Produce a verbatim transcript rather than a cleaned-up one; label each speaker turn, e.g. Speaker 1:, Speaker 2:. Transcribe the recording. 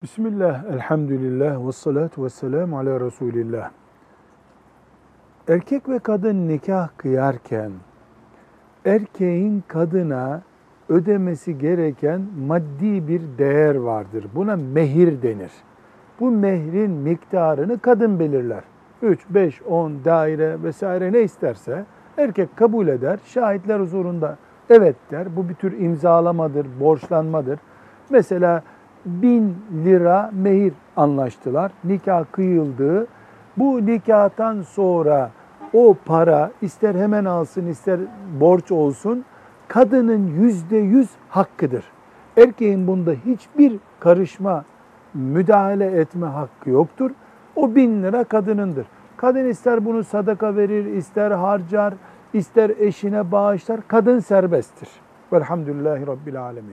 Speaker 1: Bismillah, elhamdülillah, ve salatu ve selamu ala Resulillah. Erkek ve kadın nikah kıyarken, erkeğin kadına ödemesi gereken maddi bir değer vardır. Buna mehir denir. Bu mehrin miktarını kadın belirler. üç, beş, on, daire vesaire ne isterse erkek kabul eder. Şahitler huzurunda evet der. Bu bir tür imzalamadır, borçlanmadır. Mesela bin lira mehir anlaştılar. Nikah kıyıldı. Bu nikahtan sonra o para ister hemen alsın ister borç olsun kadının yüzde yüz hakkıdır. Erkeğin bunda hiçbir karışma, müdahale etme hakkı yoktur. O bin lira kadınındır. Kadın ister bunu sadaka verir, ister harcar, ister eşine bağışlar. Kadın serbesttir. Velhamdülillahi Rabbil Alemin.